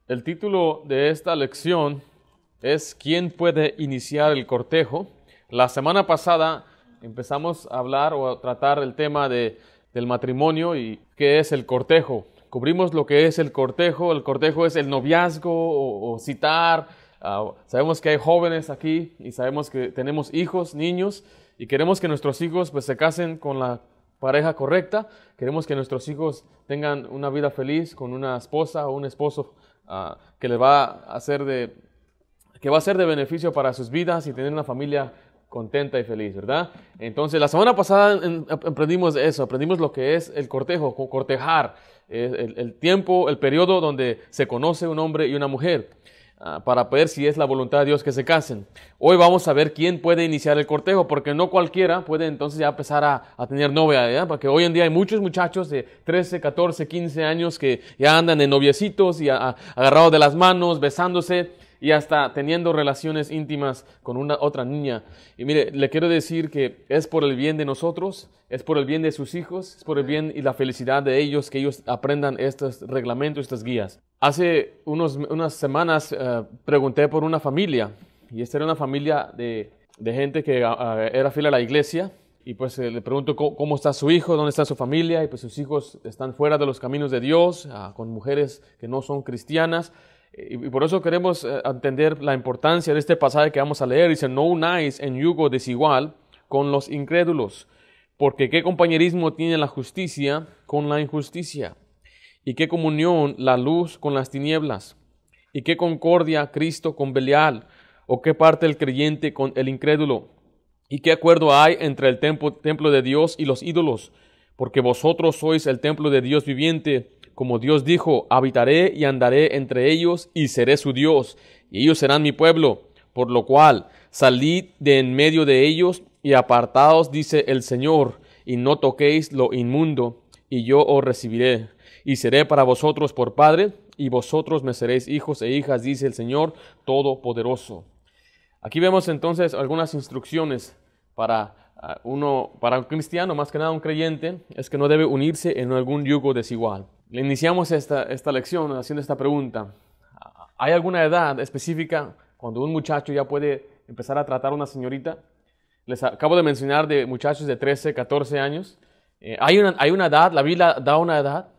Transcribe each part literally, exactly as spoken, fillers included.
El título de esta lección es ¿Quién puede iniciar el cortejo? La semana pasada empezamos a hablar o a tratar el tema de, del matrimonio y qué es el cortejo. Cubrimos lo que es el cortejo. El cortejo es el noviazgo o, o citar. Uh, sabemos que hay jóvenes aquí y sabemos que tenemos hijos, niños, y queremos que nuestros hijos pues, se casen con la pareja correcta. Queremos que nuestros hijos tengan una vida feliz con una esposa o un esposo uh, que les va a hacer de, que va a ser de beneficio para sus vidas y tener una familia contenta y feliz, ¿verdad? Entonces, la semana pasada aprendimos eso, aprendimos lo que es el cortejo, cortejar, el, el tiempo, el periodo donde se conoce un hombre y una mujer, uh, para ver si es la voluntad de Dios que se casen. Hoy vamos a ver quién puede iniciar el cortejo, porque no cualquiera puede entonces ya empezar a, a tener novia, ¿verdad? Porque hoy en día hay muchos muchachos de trece, catorce, quince años que ya andan de noviecitos y a, a, agarrados de las manos, besándose, y hasta teniendo relaciones íntimas con una otra niña. Y mire, le quiero decir que es por el bien de nosotros, es por el bien de sus hijos, es por el bien y la felicidad de ellos que ellos aprendan estos reglamentos, estas guías. Hace unos, unas semanas uh, pregunté por una familia, y esta era una familia de, de gente que uh, era fiel a la iglesia, y pues eh, le pregunto cómo, cómo está su hijo, dónde está su familia, y pues sus hijos están fuera de los caminos de Dios, uh, con mujeres que no son cristianas. Y por eso queremos entender la importancia de este pasaje que vamos a leer. Dice, no unáis en yugo desigual con los incrédulos, porque qué compañerismo tiene la justicia con la injusticia, y qué comunión la luz con las tinieblas, y qué concordia Cristo con Belial, o qué parte el creyente con el incrédulo, y qué acuerdo hay entre el templo, templo de Dios y los ídolos, porque vosotros sois el templo de Dios viviente. Como Dios dijo, habitaré y andaré entre ellos y seré su Dios, y ellos serán mi pueblo. Por lo cual, salid de en medio de ellos y apartaos, dice el Señor, y no toquéis lo inmundo, y yo os recibiré. Y seré para vosotros por padre, y vosotros me seréis hijos e hijas, dice el Señor Todopoderoso. Aquí vemos entonces algunas instrucciones para uno, para un cristiano, más que nada un creyente, es que no debe unirse en algún yugo desigual. Le iniciamos esta, esta lección haciendo esta pregunta. ¿Hay alguna edad específica cuando un muchacho ya puede empezar a tratar a una señorita? Les acabo de mencionar de muchachos de trece, catorce años. Eh, ¿hay, una, ¿Hay una edad? ¿La Biblia da una edad?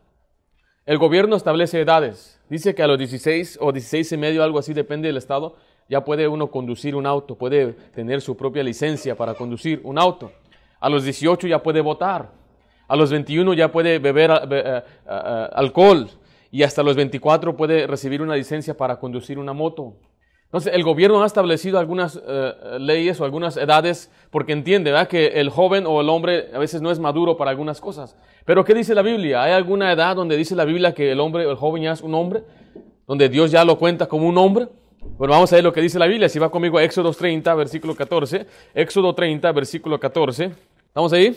El gobierno establece edades. Dice que a los dieciséis o dieciséis y medio, algo así, depende del estado, ya puede uno conducir un auto, puede tener su propia licencia para conducir un auto. A los dieciocho ya puede votar. A los veintiuno ya puede beber uh, uh, uh, alcohol, y hasta los veinticuatro puede recibir una licencia para conducir una moto. Entonces, el gobierno ha establecido algunas uh, leyes o algunas edades porque entiende, ¿verdad?, que el joven o el hombre a veces no es maduro para algunas cosas. Pero ¿qué dice la Biblia? ¿Hay alguna edad donde dice la Biblia que el hombre o el joven ya es un hombre? ¿Donde Dios ya lo cuenta como un hombre? Bueno, vamos a ver lo que dice la Biblia. Si va conmigo a Éxodo treinta, versículo catorce. Éxodo treinta, versículo catorce. ¿Estamos ahí?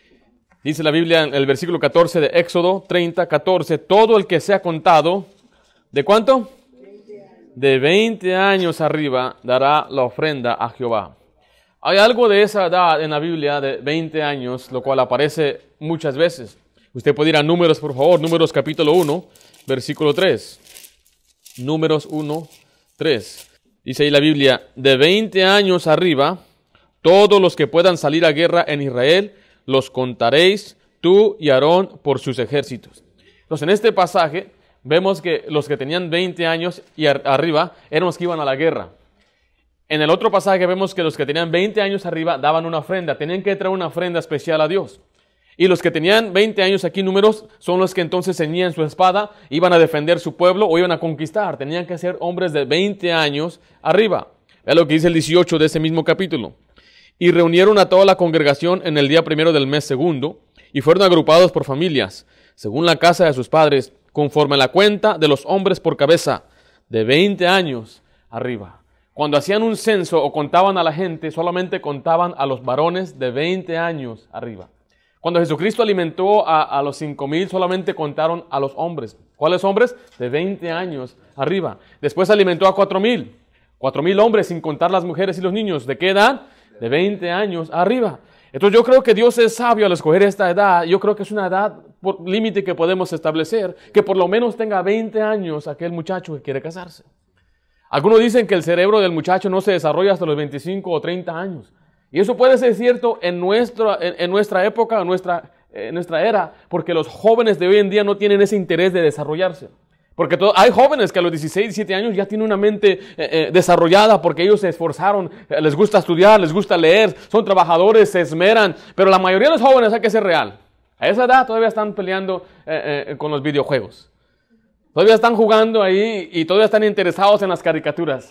Dice la Biblia en el versículo catorce de Éxodo treinta, catorce, todo el que sea contado, ¿de cuánto? veinte años. De veinte años arriba dará la ofrenda a Jehová. Hay algo de esa edad en la Biblia de veinte años, lo cual aparece muchas veces. Usted puede ir a Números, por favor, Números capítulo uno, versículo tres. Números uno, tres. Dice ahí la Biblia, de veinte años arriba, todos los que puedan salir a guerra en Israel, los contaréis tú y Aarón por sus ejércitos. Entonces, en este pasaje vemos que los que tenían veinte años y ar- arriba eran los que iban a la guerra. En el otro pasaje vemos que los que tenían veinte años arriba daban una ofrenda, tenían que traer una ofrenda especial a Dios. Y los que tenían veinte años aquí, números, son los que entonces ceñían su espada, iban a defender su pueblo o iban a conquistar. Tenían que ser hombres de veinte años arriba. Vea lo que dice el dieciocho de ese mismo capítulo. Y reunieron a toda la congregación en el día primero del mes segundo, y fueron agrupados por familias, según la casa de sus padres, conforme a la cuenta de los hombres por cabeza, de veinte años arriba. Cuando hacían un censo o contaban a la gente, solamente contaban a los varones de veinte años arriba. Cuando Jesucristo alimentó a, a los cinco mil, solamente contaron a los hombres. ¿Cuáles hombres? De veinte años arriba. Después alimentó a cuatro mil. cuatro mil hombres, sin contar las mujeres y los niños. ¿De qué edad? De veinte años arriba. Entonces yo creo que Dios es sabio al escoger esta edad. Yo creo que es una edad por límite que podemos establecer, que por lo menos tenga veinte años aquel muchacho que quiere casarse. Algunos dicen que el cerebro del muchacho no se desarrolla hasta los veinticinco o treinta años. Y eso puede ser cierto en nuestra, en, en nuestra época, en nuestra, en nuestra era, porque los jóvenes de hoy en día no tienen ese interés de desarrollarse. Porque todo, hay jóvenes que a los dieciséis, diecisiete años ya tienen una mente eh, eh, desarrollada porque ellos se esforzaron, eh, les gusta estudiar, les gusta leer, son trabajadores, se esmeran. Pero la mayoría de los jóvenes hay que ser real. A esa edad todavía están peleando eh, eh, con los videojuegos. Todavía están jugando ahí y todavía están interesados en las caricaturas.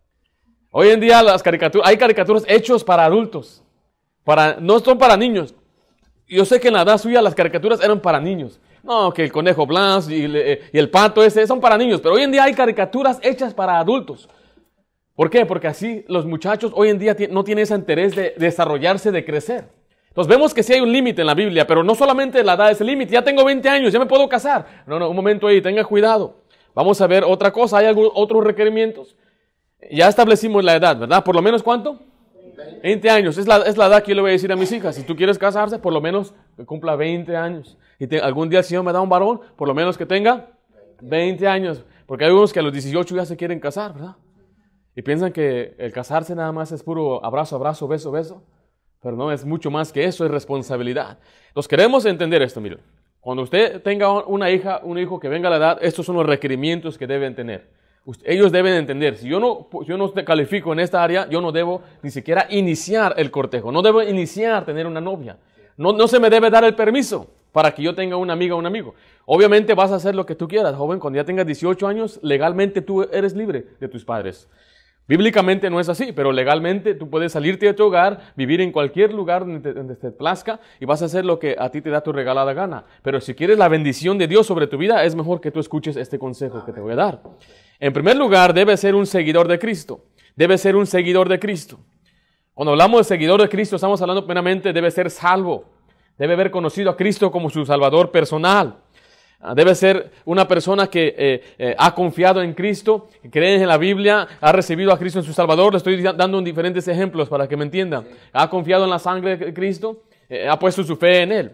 Hoy en día las caricaturas, hay caricaturas hechas para adultos. Para, no son para niños. Yo sé que en la edad suya las caricaturas eran para niños. No, que el conejo Blanc y, y el pato ese son para niños. Pero hoy en día hay caricaturas hechas para adultos. ¿Por qué? Porque así los muchachos hoy en día no tienen ese interés de desarrollarse, de crecer. Entonces vemos que sí hay un límite en la Biblia, pero no solamente la edad es el límite. Ya tengo veinte años, ya me puedo casar. No, no, un momento ahí, tenga cuidado. Vamos a ver otra cosa. ¿Hay algún, otros requerimientos? Ya establecimos la edad, ¿verdad? ¿Por lo menos cuánto? veinte años. Es la, es la edad que yo le voy a decir a mis hijas. Si tú quieres casarse, por lo menos que cumpla veinte años. Y te, algún día el Señor me da un varón, por lo menos que tenga veinte años. Porque hay unos que a los dieciocho ya se quieren casar, ¿verdad? Y piensan que el casarse nada más es puro abrazo, abrazo, beso, beso. Pero no, es mucho más que eso, es responsabilidad. Entonces queremos entender esto, miren. Cuando usted tenga una hija, un hijo que venga a la edad, estos son los requerimientos que deben tener. Ellos deben entender, si yo no, yo no califico en esta área, yo no debo ni siquiera iniciar el cortejo. No debo iniciar tener una novia. No, no se me debe dar el permiso para que yo tenga una amiga o un amigo. Obviamente vas a hacer lo que tú quieras, joven. Cuando ya tengas dieciocho años, legalmente tú eres libre de tus padres. Bíblicamente no es así, pero legalmente tú puedes salirte de tu hogar, vivir en cualquier lugar donde te, donde te plazca y vas a hacer lo que a ti te da tu regalada gana. Pero si quieres la bendición de Dios sobre tu vida, es mejor que tú escuches este consejo que te voy a dar. En primer lugar, debe ser un seguidor de Cristo. Debe ser un seguidor de Cristo. Cuando hablamos de seguidor de Cristo, estamos hablando primeramente, debe ser salvo. Debe haber conocido a Cristo como su Salvador personal. Debe ser una persona que eh, eh, ha confiado en Cristo, que cree en la Biblia, ha recibido a Cristo en su Salvador. Le estoy dando diferentes ejemplos para que me entiendan. Ha confiado en la sangre de Cristo, eh, ha puesto su fe en Él.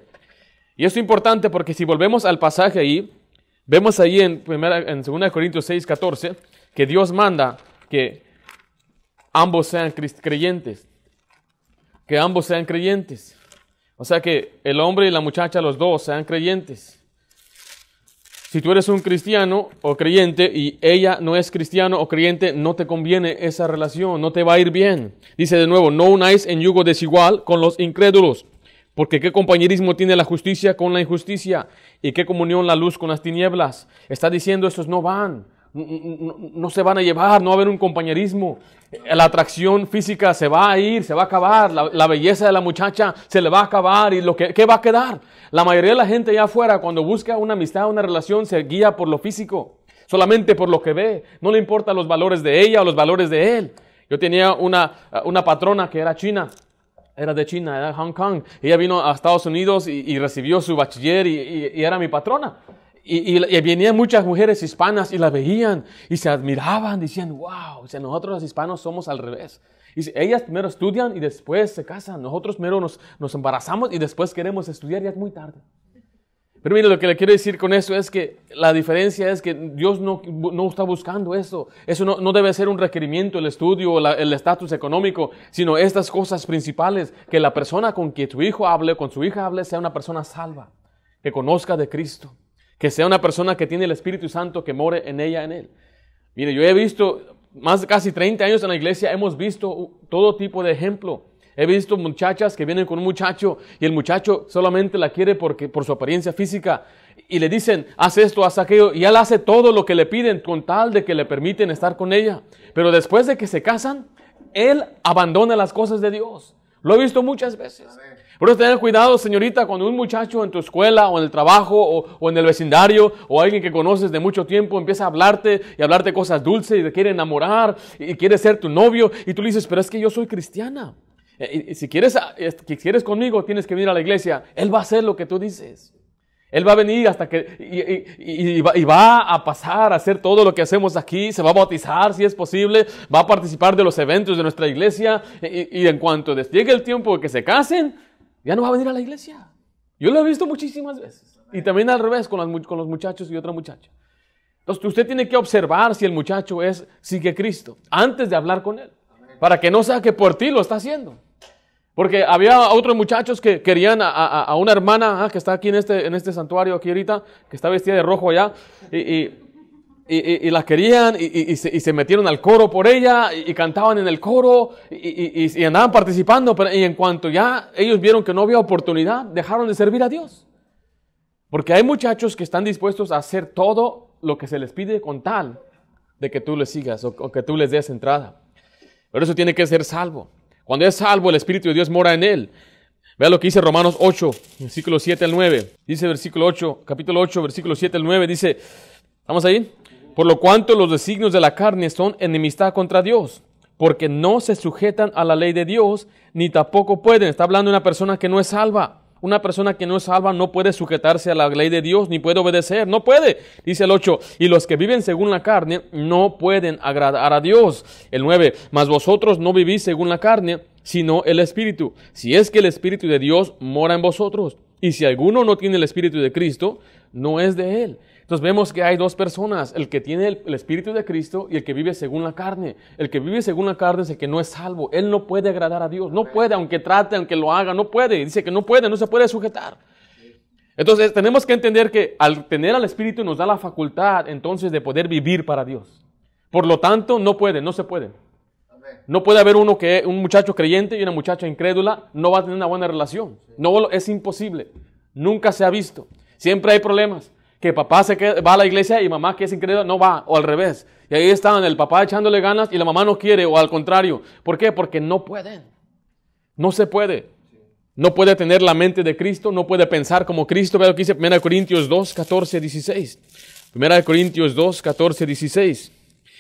Y esto es importante porque si volvemos al pasaje ahí, vemos ahí en, primera, en segunda Corintios seis, catorce, que Dios manda que ambos sean creyentes. Que ambos sean creyentes. O sea que el hombre y la muchacha, los dos, sean creyentes. Si tú eres un cristiano o creyente y ella no es cristiano o creyente, no te conviene esa relación, no te va a ir bien. Dice de nuevo, no unáis en yugo desigual con los incrédulos, porque qué compañerismo tiene la justicia con la injusticia y qué comunión la luz con las tinieblas. Está diciendo, estos no van, no, no, no se van a llevar, no va a haber un compañerismo. La atracción física se va a ir, se va a acabar, la, la belleza de la muchacha se le va a acabar y lo que, ¿qué va a quedar? La mayoría de la gente allá afuera cuando busca una amistad, una relación, se guía por lo físico, solamente por lo que ve, no le importan los valores de ella o los valores de él. Yo tenía una, una patrona que era china, era de China, era de Hong Kong, ella vino a Estados Unidos y, y recibió su bachiller y, y, y era mi patrona. Y, y, y venían muchas mujeres hispanas y la veían y se admiraban, decían, wow, o sea, nosotros los hispanos somos al revés. Y ellas primero estudian y después se casan. Nosotros primero nos, nos embarazamos y después queremos estudiar, ya es muy tarde. Pero mire, lo que le quiero decir con eso es que la diferencia es que Dios no, no está buscando eso. Eso no, no debe ser un requerimiento, el estudio, la, el estatus económico, sino estas cosas principales, que la persona con quien tu hijo hable, con su hija hable, sea una persona salva, que conozca de Cristo. Que sea una persona que tiene el Espíritu Santo que more en ella, en él. Mire, yo he visto, más de casi treinta años en la iglesia, hemos visto todo tipo de ejemplo. He visto muchachas que vienen con un muchacho y el muchacho solamente la quiere porque, por su apariencia física. Y le dicen, haz esto, haz aquello. Y él hace todo lo que le piden con tal de que le permiten estar con ella. Pero después de que se casan, él abandona las cosas de Dios. Lo he visto muchas veces. Por eso ten cuidado, señorita, cuando un muchacho en tu escuela o en el trabajo o, o en el vecindario o alguien que conoces de mucho tiempo empieza a hablarte y hablarte cosas dulces y te quiere enamorar y quiere ser tu novio y tú le dices, pero es que yo soy cristiana. Y, y si quieres, si quieres conmigo, tienes que venir a la iglesia. Él va a hacer lo que tú dices. Él va a venir hasta que, y, y, y, va, y va a pasar a hacer todo lo que hacemos aquí, se va a bautizar si es posible, va a participar de los eventos de nuestra iglesia y, y en cuanto llegue el tiempo de que se casen, ya no va a venir a la iglesia. Yo lo he visto muchísimas veces. Y también al revés con, las, con los muchachos y otra muchacha. Entonces usted tiene que observar si el muchacho es, sigue Cristo antes de hablar con él. Para que no sea que por ti lo está haciendo. Porque había otros muchachos que querían a, a, a una hermana ah, que está aquí en este, en este santuario aquí ahorita, que está vestida de rojo allá, y, y, y, y la querían y, y, y, se, y se metieron al coro por ella, y, y cantaban en el coro, y, y, y andaban participando, pero y en cuanto ya ellos vieron que no había oportunidad, dejaron de servir a Dios. Porque hay muchachos que están dispuestos a hacer todo lo que se les pide con tal de que tú les sigas o, o que tú les des entrada. Pero eso tiene que ser salvo. Cuando es salvo, el Espíritu de Dios mora en él. Vea lo que dice Romanos ocho, versículo siete al nueve. Dice versículo ocho, capítulo ocho, versículo siete al nueve. Dice, ¿estamos ahí? Por lo cuanto los designios de la carne son enemistad contra Dios, porque no se sujetan a la ley de Dios, ni tampoco pueden. Está hablando de una persona que no es salva. Una persona que no es salva no puede sujetarse a la ley de Dios, ni puede obedecer. No puede. Dice el ocho, y los que viven según la carne no pueden agradar a Dios. El nueve, mas vosotros no vivís según la carne, sino el Espíritu. Si es que el Espíritu de Dios mora en vosotros. Y si alguno no tiene el Espíritu de Cristo, no es de él. Entonces vemos que hay dos personas, el que tiene el, el Espíritu de Cristo y el que vive según la carne. El que vive según la carne es el que no es salvo. Él no puede agradar a Dios, no puede, aunque trate, aunque lo haga, no puede. Dice que no puede, no se puede sujetar. Entonces tenemos que entender que al tener al Espíritu nos da la facultad entonces de poder vivir para Dios. Por lo tanto, no puede, no se puede. No puede haber uno que un muchacho creyente y una muchacha incrédula, no va a tener una buena relación. No, es imposible. Nunca se ha visto. Siempre hay problemas. Que papá se queda, va a la iglesia y mamá que es incrédula no va, o al revés. Y ahí están el papá echándole ganas y la mamá no quiere, o al contrario. ¿Por qué? Porque no pueden. No se puede. No puede tener la mente de Cristo, no puede pensar como Cristo. Vea lo que dice primera Corintios dos, catorce, dieciséis. primera Corintios dos, catorce, dieciséis.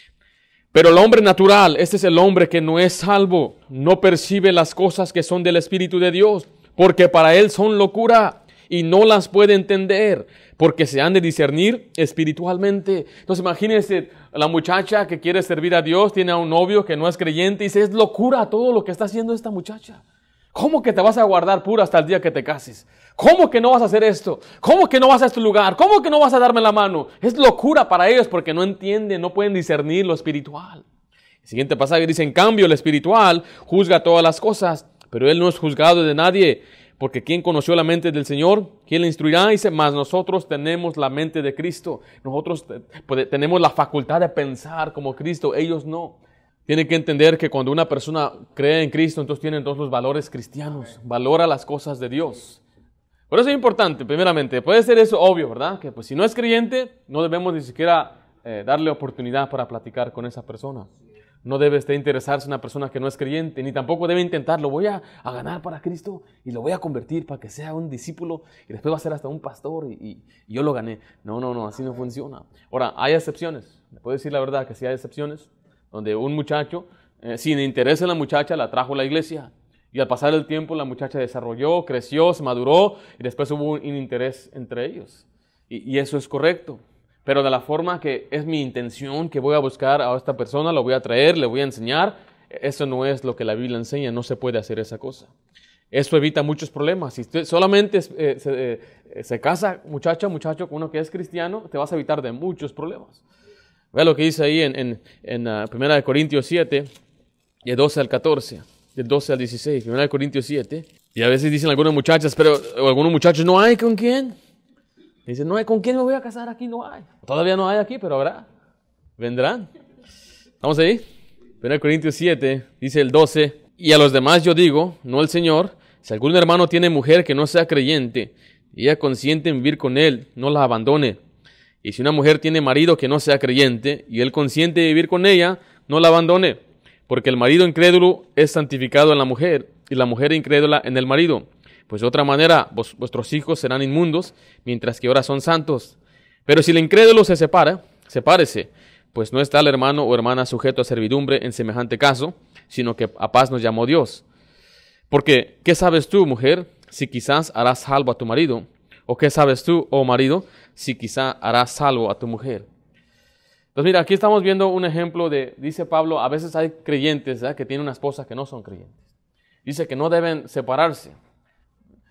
Pero el hombre natural, este es el hombre que no es salvo, no percibe las cosas que son del Espíritu de Dios, porque para él son locura y no las puede entender, porque se han de discernir espiritualmente. Entonces imagínense la muchacha que quiere servir a Dios, tiene a un novio que no es creyente y dice, es locura todo lo que está haciendo esta muchacha. ¿Cómo que te vas a guardar pura hasta el día que te cases? ¿Cómo que no vas a hacer esto? ¿Cómo que no vas a este lugar? ¿Cómo que no vas a darme la mano? Es locura para ellos porque no entienden, no pueden discernir lo espiritual. El siguiente pasaje dice, en cambio el espiritual juzga todas las cosas, pero él no es juzgado de nadie, porque ¿quién conoció la mente del Señor? ¿Quién le instruirá? Dice, mas nosotros tenemos la mente de Cristo. Nosotros te, tenemos la facultad de pensar como Cristo, ellos no. Tienen que entender que cuando una persona cree en Cristo, entonces tienen todos los valores cristianos, valora las cosas de Dios. Por eso es importante, primeramente, puede ser eso obvio, ¿verdad? Que pues si no es creyente, no debemos ni siquiera eh, darle oportunidad para platicar con esa persona. No debe estar interesarse en una persona que no es creyente, ni tampoco debe intentar, lo voy a, a ganar para Cristo y lo voy a convertir para que sea un discípulo y después va a ser hasta un pastor y, y, y yo lo gané. No, no, no, así no funciona. Ahora, hay excepciones, le puedo decir la verdad que sí hay excepciones, donde un muchacho, eh, sin interés en la muchacha, la trajo a la iglesia. Y al pasar el tiempo la muchacha desarrolló, creció, se maduró y después hubo un interés entre ellos. Y, y eso es correcto. Pero de la forma que es mi intención, que voy a buscar a esta persona, lo voy a traer, le voy a enseñar, eso no es lo que la Biblia enseña, no se puede hacer esa cosa. Eso evita muchos problemas. Si usted solamente eh, se, eh, se casa, muchacha, muchacho, con uno que es cristiano, te vas a evitar de muchos problemas. Vea lo que dice ahí en, en, en uh, primera Corintios siete, de doce al catorce, del doce al dieciséis, primera Corintios siete. Y a veces dicen algunas muchachas, pero o algunos muchachos, ¿no hay con quién? Dicen, no hay con quién me voy a casar aquí, no hay. Todavía no hay aquí, pero habrá. Vendrán. ¿Estamos ahí? primera Corintios siete, dice el doce, y a los demás yo digo, no el Señor, si algún hermano tiene mujer que no sea creyente, y ella consiente en vivir con él, no la abandone. Y si una mujer tiene marido que no sea creyente, y él consiente vivir con ella, no la abandone, porque el marido incrédulo es santificado en la mujer, y la mujer incrédula en el marido. Pues de otra manera, vos, vuestros hijos serán inmundos, mientras que ahora son santos. Pero si el incrédulo se separa, sepárese, pues no está el hermano o hermana sujeto a servidumbre en semejante caso, sino que a paz nos llamó Dios. Porque, ¿qué sabes tú, mujer, si quizás harás salvo a tu marido? ¿O qué sabes tú, oh marido, si quizá harás salvo a tu mujer? Entonces mira, aquí estamos viendo un ejemplo de, dice Pablo, a veces hay creyentes ¿eh? que tienen una esposa que no son creyentes. Dice que no deben separarse.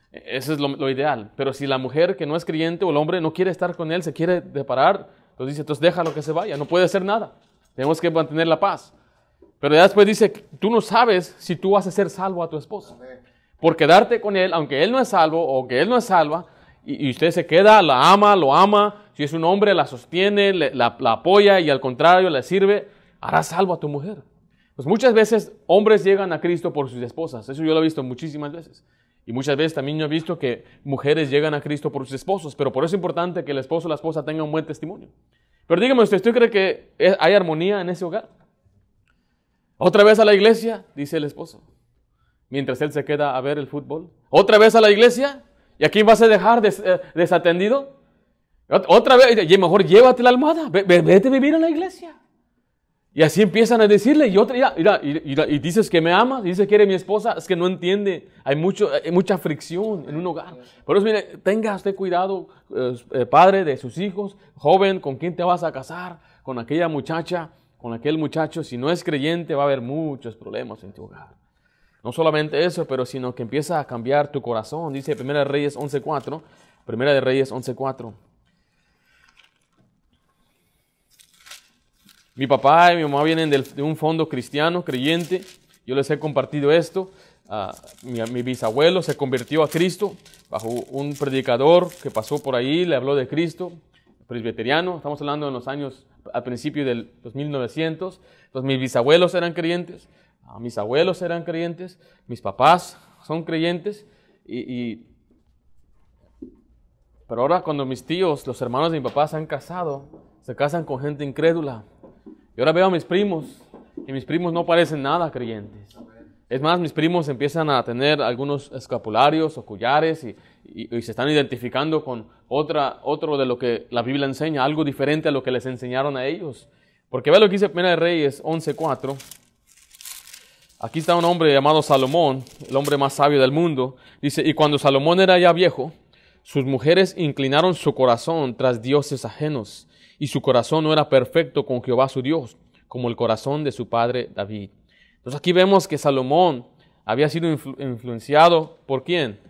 Eso es lo, lo ideal. Pero si la mujer que no es creyente o el hombre no quiere estar con él, se quiere separar, entonces dice, entonces déjalo que se vaya, no puede hacer nada. Tenemos que mantener la paz. Pero ya después dice, tú no sabes si tú vas a ser salvo a tu esposo. Por quedarte con él, aunque él no es salvo o que él no es salva, y, y usted se queda, la ama, lo ama, si es un hombre, la sostiene, le, la, la apoya y al contrario le sirve, hará salvo a tu mujer. Pues muchas veces hombres llegan a Cristo por sus esposas. Eso yo lo he visto muchísimas veces. Y muchas veces también yo he visto que mujeres llegan a Cristo por sus esposos. Pero por eso es importante que el esposo o la esposa tengan un buen testimonio. Pero dígame usted, ¿usted cree que hay armonía en ese hogar? Otra vez a la iglesia, dice el esposo, mientras él se queda a ver el fútbol. Otra vez a la iglesia, ¿y a quién vas a dejar des, eh, desatendido? Otra vez, y mejor llévate la almohada, ve, ve, vete a vivir en la iglesia. Y así empiezan a decirle, y otra, mira, mira, y, y, y dices que me amas, y dice que eres mi esposa, es que no entiende, hay, mucho, hay mucha fricción en un hogar. Por eso, mire, tenga usted cuidado, eh, padre de sus hijos, joven, con quién te vas a casar, con aquella muchacha, con aquel muchacho. Si no es creyente, va a haber muchos problemas en tu hogar. No solamente eso, pero sino que empieza a cambiar tu corazón. Dice Primera de Reyes once cuatro, Primera de Reyes once cuatro. Mi papá y mi mamá vienen del, de un fondo cristiano, creyente. Yo les he compartido esto. Uh, mi, mi bisabuelo se convirtió a Cristo bajo un predicador que pasó por ahí, le habló de Cristo, presbiteriano. Estamos hablando de los años, al principio del dos mil novecientos. Entonces mis bisabuelos eran creyentes, uh, mis abuelos eran creyentes, mis papás son creyentes. Y, y, pero ahora cuando mis tíos, los hermanos de mi papá se han casado, se casan con gente incrédula. Y ahora veo a mis primos, y mis primos no parecen nada creyentes. Es más, mis primos empiezan a tener algunos escapularios o collares y, y, y se están identificando con otra, otro de lo que la Biblia enseña, algo diferente a lo que les enseñaron a ellos. Porque ve lo que dice Primera de Reyes once cuatro. Aquí está un hombre llamado Salomón, el hombre más sabio del mundo. Dice, y cuando Salomón era ya viejo, sus mujeres inclinaron su corazón tras dioses ajenos. Y su corazón no era perfecto con Jehová su Dios, como el corazón de su padre David. Entonces aquí vemos que Salomón había sido influ- influenciado ¿por quién?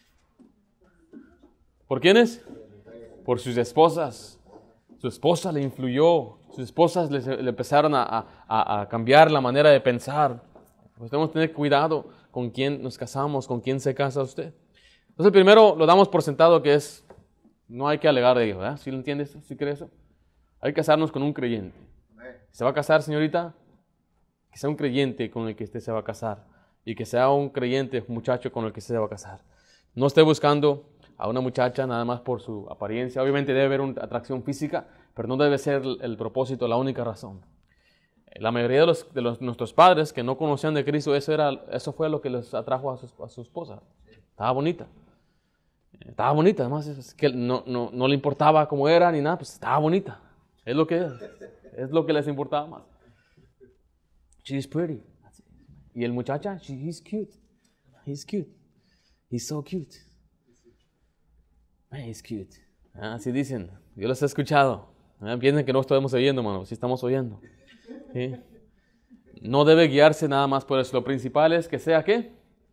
¿Por quiénes? Por sus esposas. Su esposa le influyó, sus esposas le, le empezaron a, a, a cambiar la manera de pensar. Pues tenemos que tener cuidado con quién nos casamos, con quién se casa usted. Entonces primero lo damos por sentado que es, no hay que alegar de ello, ¿verdad? ¿Sí lo entiendes? ¿Sí crees eso? Hay que casarnos con un creyente. ¿Se va a casar, señorita? Que sea un creyente con el que usted se va a casar. Y que sea un creyente muchacho con el que usted se va a casar. No esté buscando a una muchacha nada más por su apariencia. Obviamente debe haber una atracción física, pero no debe ser el, el propósito, la única razón. La mayoría de, los, de los, nuestros padres que no conocían de Cristo, eso, era, eso fue lo que les atrajo a su, a su esposa. Estaba bonita. Estaba bonita, además es que no, no, no le importaba cómo era ni nada, pues estaba bonita. Es lo que es. Es lo que les importaba más. She's pretty. Y el muchacha, she, he's cute. He's cute. He's so cute. Man, he's cute. Ah, así dicen. Yo los he escuchado. Ah, piensan que no estamos oyendo, hermano. Sí estamos oyendo. ¿Sí? No debe guiarse nada más por eso. Lo principal es que sea, ¿qué?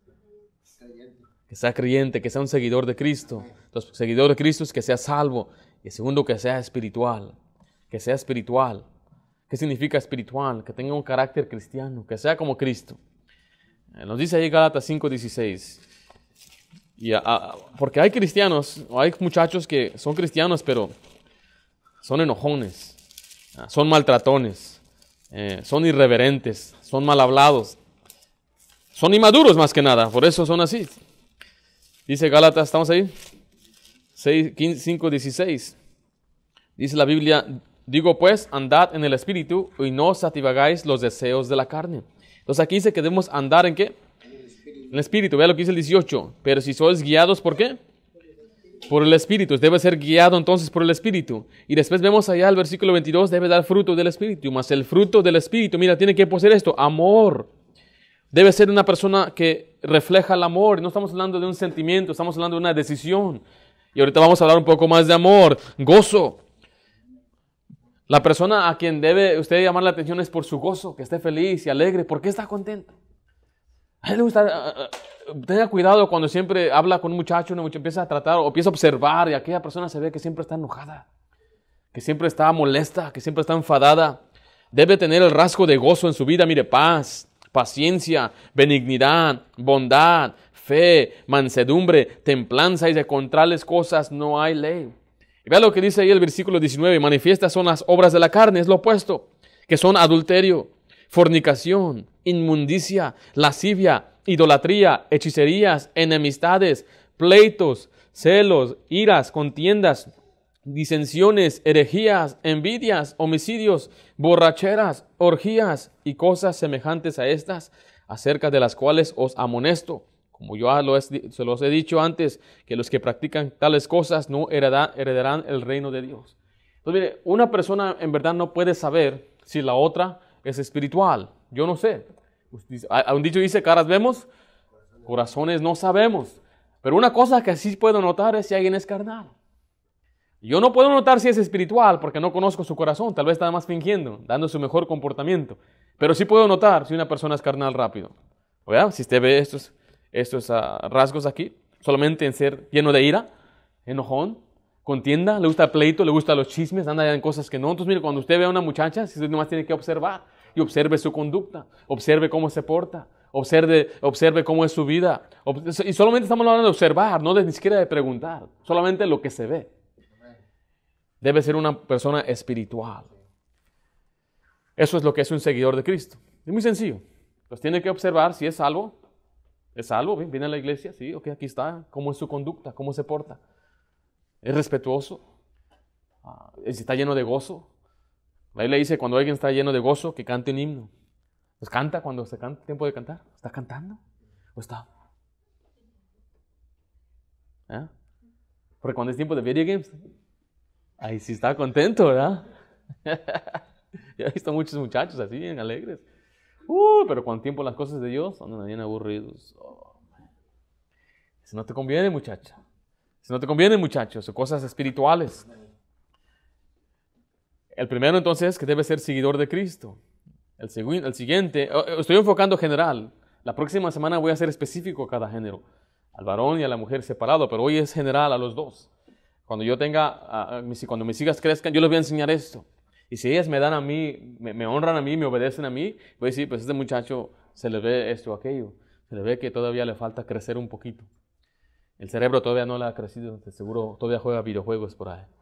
Que sea creyente, que sea un seguidor de Cristo. Entonces, seguidor de Cristo es que sea salvo. Y segundo, que sea espiritual. Que sea espiritual. ¿Qué significa espiritual? Que tenga un carácter cristiano, que sea como Cristo. Nos dice ahí Gálatas cinco dieciséis. Y a, a, porque hay cristianos, o hay muchachos que son cristianos, pero son enojones, son maltratones, eh, son irreverentes, son mal hablados, son inmaduros más que nada, por eso son así. Dice Gálatas, ¿estamos ahí? cinco dieciséis. Dice la Biblia, digo pues, andad en el Espíritu y no satisfagáis los deseos de la carne. Entonces aquí dice que debemos andar ¿en qué? En el Espíritu. En el Espíritu, vea lo que dice el dieciocho. Pero si sois guiados, ¿por qué? Por el Espíritu. Debe ser guiado entonces por el Espíritu. Y después vemos allá el versículo veintidós, debe dar fruto del Espíritu. Mas el fruto del Espíritu, mira, tiene que poseer esto, amor. Debe ser una persona que refleja el amor. No estamos hablando de un sentimiento, estamos hablando de una decisión. Y ahorita vamos a hablar un poco más de amor, gozo. La persona a quien debe usted llamar la atención es por su gozo, que esté feliz y alegre. ¿Por qué está contento? A él le gusta, uh, uh, tenga cuidado cuando siempre habla con un muchacho, una muchacha empieza a tratar o empieza a observar y aquella persona se ve que siempre está enojada, que siempre está molesta, que siempre está enfadada. Debe tener el rasgo de gozo en su vida. Mire, paz, paciencia, benignidad, bondad, fe, mansedumbre, templanza, y de contrales cosas no hay ley. Y vea lo que dice ahí el versículo diecinueve. Manifiestas son las obras de la carne, es lo opuesto, que son adulterio, fornicación, inmundicia, lascivia, idolatría, hechicerías, enemistades, pleitos, celos, iras, contiendas, disensiones, herejías, envidias, homicidios, borracheras, orgías y cosas semejantes a estas, acerca de las cuales os amonesto, como yo lo he, se los he dicho antes, que los que practican tales cosas no heredarán, heredarán el reino de Dios. Entonces, mire, una persona en verdad no puede saber si la otra es espiritual. Yo no sé. Un dicho dice, caras vemos, corazones no sabemos. Pero una cosa que sí puedo notar es si alguien es carnal. Yo no puedo notar si es espiritual porque no conozco su corazón. Tal vez está más fingiendo, dando su mejor comportamiento. Pero sí puedo notar si una persona es carnal rápido. ¿Verdad? Si usted ve estos, estos uh, rasgos aquí, solamente en ser lleno de ira, enojón, contienda, le gusta el pleito, le gustan los chismes, anda en cosas que no. Entonces, mire, cuando usted ve a una muchacha, usted nomás tiene que observar y observe su conducta, observe cómo se porta, observe, observe cómo es su vida. Y solamente estamos hablando de observar, no de ni siquiera de preguntar, solamente lo que se ve. Debe ser una persona espiritual. Eso es lo que es un seguidor de Cristo. Es muy sencillo. Pues tiene que observar si es salvo. ¿Es salvo? ¿Viene a la iglesia? Sí, ok, aquí está. ¿Cómo es su conducta? ¿Cómo se porta? ¿Es respetuoso? Uh, ¿Está lleno de gozo? La Biblia dice, cuando alguien está lleno de gozo, que cante un himno. Pues canta cuando se canta, tiempo de cantar. ¿Está cantando? ¿O está? ¿Eh? Porque cuando es tiempo de video games, ahí sí está contento, ¿verdad? Yo he visto muchos muchachos así, bien alegres. Uh, pero cuando tiempo las cosas de Dios, andan bien aburridos. Oh, si no te conviene, muchacha. Si no te conviene, muchachos, o cosas espirituales. El primero entonces que debe ser seguidor de Cristo. El, segu- el siguiente, estoy enfocando general. La próxima semana voy a ser específico a cada género. Al varón y a la mujer separado, pero hoy es general a los dos. Cuando yo tenga, uh, cuando mis hijas crezcan, yo les voy a enseñar esto. Y si ellas me dan a mí, me, me honran a mí, me obedecen a mí, voy a decir, pues este muchacho se le ve esto o aquello. Se le ve que todavía le falta crecer un poquito. El cerebro todavía no le ha crecido, de seguro todavía juega videojuegos por ahí.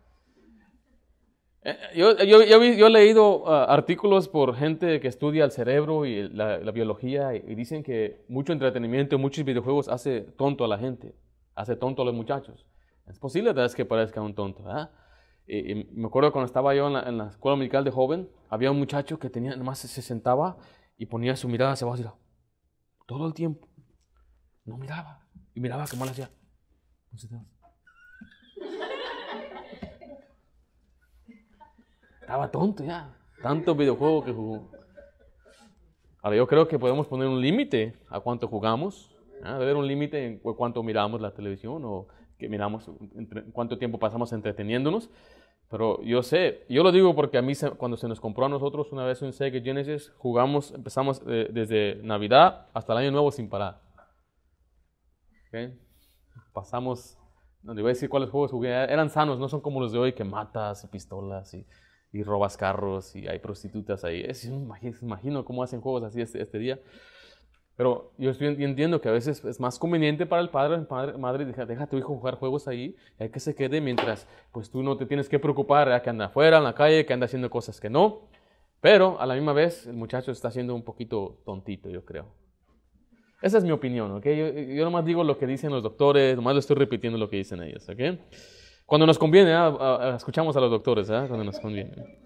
Yo, yo, yo, yo he leído uh, artículos por gente que estudia el cerebro y la, la biología y, y dicen que mucho entretenimiento, muchos videojuegos hace tonto a la gente, hace tonto a los muchachos. Es posible tal vez que parezca un tonto, ¿verdad? Y, y me acuerdo cuando estaba yo en la, en la escuela militar de joven, había un muchacho que tenía, nomás se sentaba y ponía su mirada hacia abajo, todo el tiempo. No miraba, y miraba que mal hacía. Estaba tonto ya, tanto videojuego que jugó. Ahora yo creo que podemos poner un límite a cuánto jugamos, ¿eh? Debe haber un límite en cuánto miramos la televisión o que miramos, entre, cuánto tiempo pasamos entreteniéndonos. Pero yo sé, yo lo digo porque a mí se, cuando se nos compró a nosotros una vez un Sega Genesis, jugamos, empezamos eh, desde Navidad hasta el Año Nuevo sin parar. ¿Okay? Pasamos, no le voy a decir cuáles juegos jugué, eran sanos, no son como los de hoy que matas y pistolas y, y robas carros y hay prostitutas ahí. Es, yo me imagino, imagino cómo hacen juegos así este, este día. Pero yo estoy, entiendo que a veces es más conveniente para el padre, el padre madre, deja, deja a tu hijo jugar juegos ahí, y hay que se quede mientras pues tú no te tienes que preocupar, ¿verdad? Que anda afuera, en la calle, que anda haciendo cosas que no. Pero a la misma vez el muchacho está siendo un poquito tontito, yo creo. Esa es mi opinión, ¿ok? Yo, yo nomás digo lo que dicen los doctores, nomás lo estoy repitiendo lo que dicen ellos, ¿ok? Cuando nos conviene, ¿eh? a, a, escuchamos a los doctores, ¿eh? Cuando nos conviene.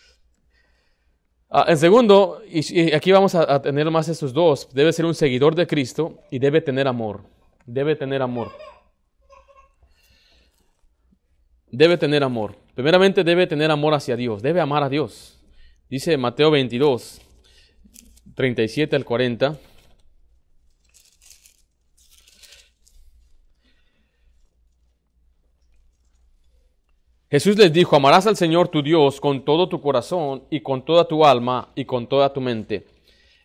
Uh, en segundo, y, y aquí vamos a, a tener más estos dos, debe ser un seguidor de Cristo y debe tener amor. Debe tener amor. Debe tener amor. Primeramente debe tener amor hacia Dios, debe amar a Dios. Dice Mateo veintidós, treinta y siete al cuarenta. Jesús les dijo, amarás al Señor tu Dios con todo tu corazón y con toda tu alma y con toda tu mente.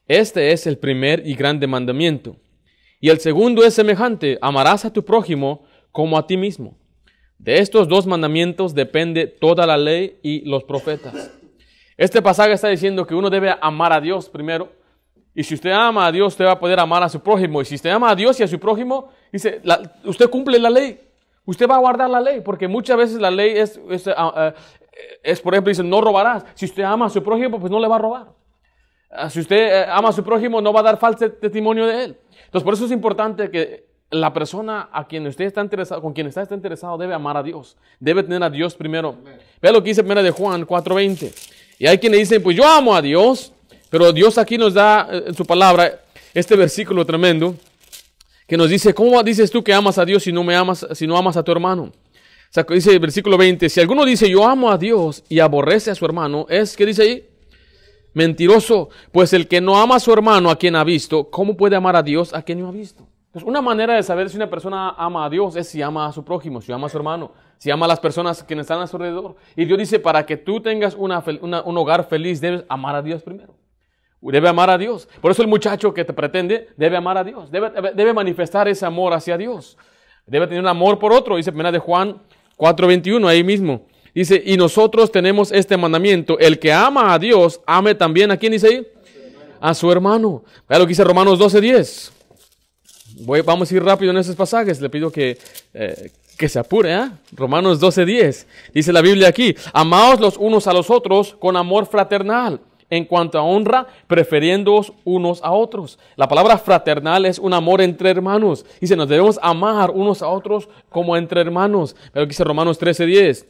Este es el primer y grande mandamiento. Y el segundo es semejante: amarás a tu prójimo como a ti mismo. De estos dos mandamientos depende toda la ley y los profetas. Este pasaje está diciendo que uno debe amar a Dios primero. Y si usted ama a Dios, usted va a poder amar a su prójimo. Y si usted ama a Dios y a su prójimo, dice, la, usted cumple la ley. Usted va a guardar la ley, porque muchas veces la ley es, es, uh, uh, es por ejemplo, dice, no robarás. Si usted ama a su prójimo, pues no le va a robar. Uh, si usted uh, ama a su prójimo, no va a dar falso testimonio de él. Entonces, por eso es importante que la persona a quien usted está interesado, con quien está, está interesado, debe amar a Dios. Debe tener a Dios primero. Vea lo que dice primera de Juan cuatro veinte. Y hay quienes dicen, pues yo amo a Dios, pero Dios aquí nos da en su palabra este versículo tremendo que nos dice, ¿cómo dices tú que amas a Dios si no me amas, si no amas a tu hermano? O sea, dice el versículo veinte, si alguno dice yo amo a Dios y aborrece a su hermano, es, ¿qué dice ahí? Mentiroso, pues el que no ama a su hermano a quien ha visto, ¿cómo puede amar a Dios a quien no ha visto? Entonces, una manera de saber si una persona ama a Dios es si ama a su prójimo, si ama a su hermano, si ama a las personas que están a su alrededor. Y Dios dice, para que tú tengas una, una, un hogar feliz, debes amar a Dios primero. Debe amar a Dios. Por eso el muchacho que te pretende debe amar a Dios. Debe, debe manifestar ese amor hacia Dios. Debe tener un amor por otro. Dice primera de Juan cuatro veintiuno, ahí mismo. Dice, y nosotros tenemos este mandamiento, el que ama a Dios, ame también, ¿a quién dice ahí? A su hermano. Vea lo que dice Romanos doce diez. Voy, vamos a ir rápido en esos pasajes. Le pido que, eh, que se apure. ¿eh? Romanos doce diez. Dice la Biblia aquí, amaos los unos a los otros con amor fraternal. En cuanto a honra, prefiriéndoos unos a otros. La palabra fraternal es un amor entre hermanos. Dice, nos debemos amar unos a otros como entre hermanos. Pero aquí dice Romanos trece diez.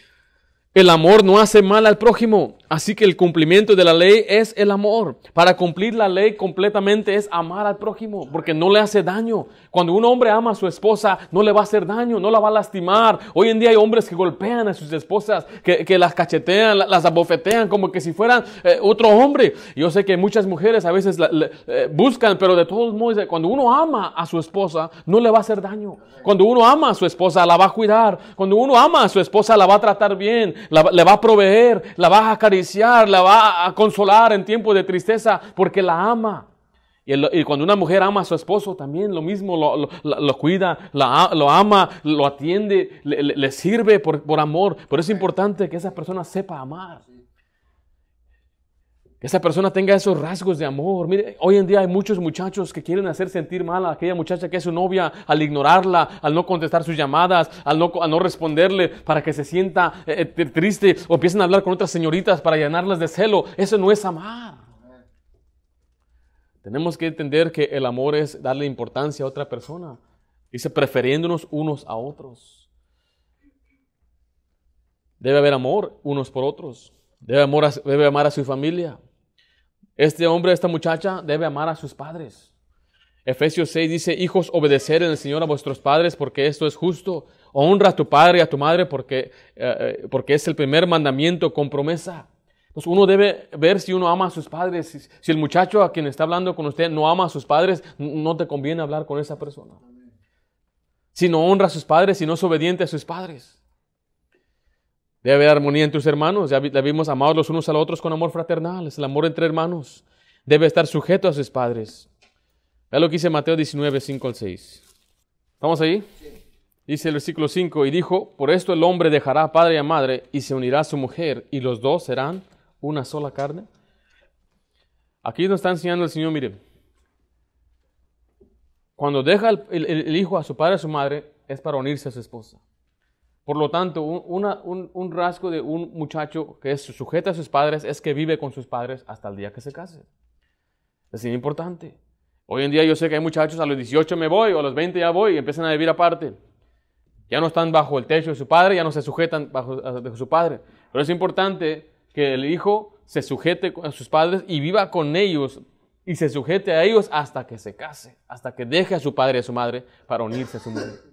El amor no hace mal al prójimo, así que el cumplimiento de la ley es el amor. Para cumplir la ley completamente es amar al prójimo, porque no le hace daño. Cuando un hombre ama a su esposa, no le va a hacer daño, no la va a lastimar. Hoy en día hay hombres que golpean a sus esposas, que, que las cachetean, las abofetean como que si fueran eh, otro hombre. Yo sé que muchas mujeres a veces la, la, eh, buscan, pero de todos modos, cuando uno ama a su esposa, no le va a hacer daño. Cuando uno ama a su esposa, la va a cuidar. Cuando uno ama a su esposa, la va a tratar bien. La, le va a proveer, la va a acariciar, la va a consolar en tiempos de tristeza porque la ama. Y, el, y cuando una mujer ama a su esposo, también lo mismo, lo, lo, lo, lo cuida, la, lo ama, lo atiende, le, le, le sirve por, por amor. Pero es importante que esa persona sepa amar. Que esa persona tenga esos rasgos de amor. Mire, hoy en día hay muchos muchachos que quieren hacer sentir mal a aquella muchacha que es su novia al ignorarla, al no contestar sus llamadas, al no, al no responderle para que se sienta eh, triste o empiecen a hablar con otras señoritas para llenarlas de celo. Eso no es amar. Tenemos que entender que el amor es darle importancia a otra persona. Dice, prefiriéndonos unos a otros. Debe haber amor unos por otros. Debe, amor a, debe amar a su familia. Este hombre, esta muchacha, debe amar a sus padres. Efesios seis dice, hijos, obedeced en el Señor a vuestros padres porque esto es justo. Honra a tu padre y a tu madre porque, eh, porque es el primer mandamiento con promesa. Entonces uno debe ver si uno ama a sus padres. Si, si el muchacho a quien está hablando con usted no ama a sus padres, no te conviene hablar con esa persona. Si no honra a sus padres, si no es obediente a sus padres. Debe haber armonía entre tus hermanos. Ya debimos amar los unos a los otros con amor fraternal. Es el amor entre hermanos. Debe estar sujeto a sus padres. Vea lo que dice Mateo diecinueve, cinco al seis. ¿Estamos ahí? Sí. Dice el versículo cinco. Y dijo, por esto el hombre dejará a padre y a madre y se unirá a su mujer y los dos serán una sola carne. Aquí nos está enseñando el Señor, mire. Cuando deja el, el, el hijo a su padre y a su madre es para unirse a su esposa. Por lo tanto, un, una, un, un rasgo de un muchacho que es sujeto a sus padres es que vive con sus padres hasta el día que se case. Es muy importante. Hoy en día yo sé que hay muchachos a los dieciocho me voy o a los veinte ya voy y empiezan a vivir aparte. Ya no están bajo el techo de su padre, ya no se sujetan bajo de su padre. Pero es importante que el hijo se sujete a sus padres y viva con ellos y se sujete a ellos hasta que se case, hasta que deje a su padre y a su madre para unirse a su mujer.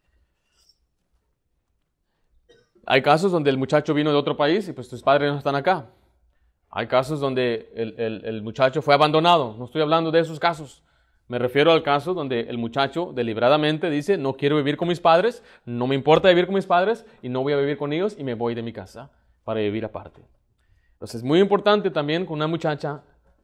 Hay casos donde el muchacho vino de otro país y pues sus padres no están acá. Hay casos donde el, el, el muchacho fue abandonado. No estoy hablando de esos casos. Me refiero al caso donde el muchacho deliberadamente dice, no quiero vivir con mis padres, no me importa vivir con mis padres y no voy a vivir con ellos y me voy de mi casa para vivir aparte. Entonces es muy importante también con una muchacha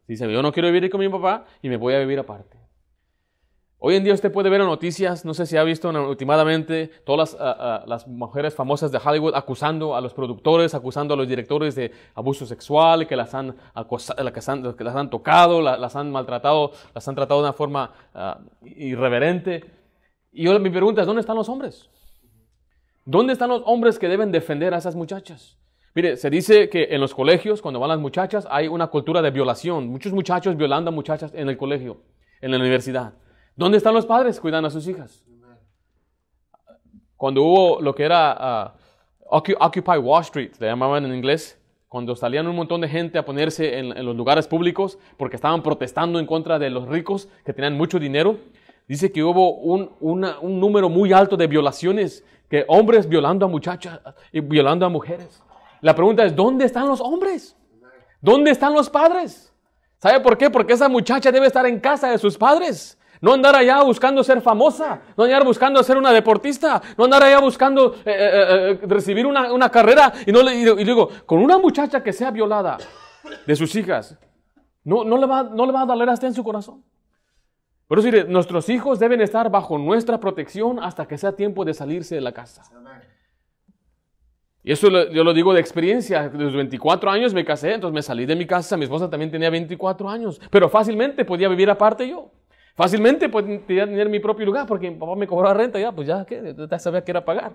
Dice, yo no quiero vivir con mi papá y me voy a vivir aparte. Hoy en día usted puede ver en noticias, no sé si ha visto últimamente, todas las, uh, uh, las mujeres famosas de Hollywood acusando a los productores, acusando a los directores de abuso sexual, que las han, acosado, que las han, que las han tocado, las, las han maltratado, las han tratado de una forma uh, irreverente. Y yo, mi pregunta es, ¿dónde están los hombres? ¿Dónde están los hombres que deben defender a esas muchachas? Mire, se dice que en los colegios, cuando van las muchachas, hay una cultura de violación. Muchos muchachos violando a muchachas en el colegio, en la universidad. ¿Dónde están los padres cuidando a sus hijas? Cuando hubo lo que era uh, Occupy Wall Street, le llamaban en inglés, cuando salían un montón de gente a ponerse en, en los lugares públicos porque estaban protestando en contra de los ricos que tenían mucho dinero, dice que hubo un, una, un número muy alto de violaciones, que hombres violando a muchachas y violando a mujeres. La pregunta es, ¿dónde están los hombres? ¿Dónde están los padres? ¿Sabe por qué? Porque esa muchacha debe estar en casa de sus padres. No andar allá buscando ser famosa, no andar buscando ser una deportista, no andar allá buscando eh, eh, eh, recibir una, una carrera. Y, no le, y, y digo, con una muchacha que sea violada de sus hijas, no, no, le, va, no le va a doler hasta en su corazón. Por eso diré, nuestros hijos deben estar bajo nuestra protección hasta que sea tiempo de salirse de la casa. Y eso lo, yo lo digo de experiencia. De los veinticuatro años me casé, entonces me salí de mi casa. Mi esposa también tenía veinticuatro años, pero fácilmente podía vivir aparte yo. Fácilmente podía tener mi propio lugar porque mi papá me cobraba renta, ya, pues ya, ¿qué? Ya sabía que era pagar.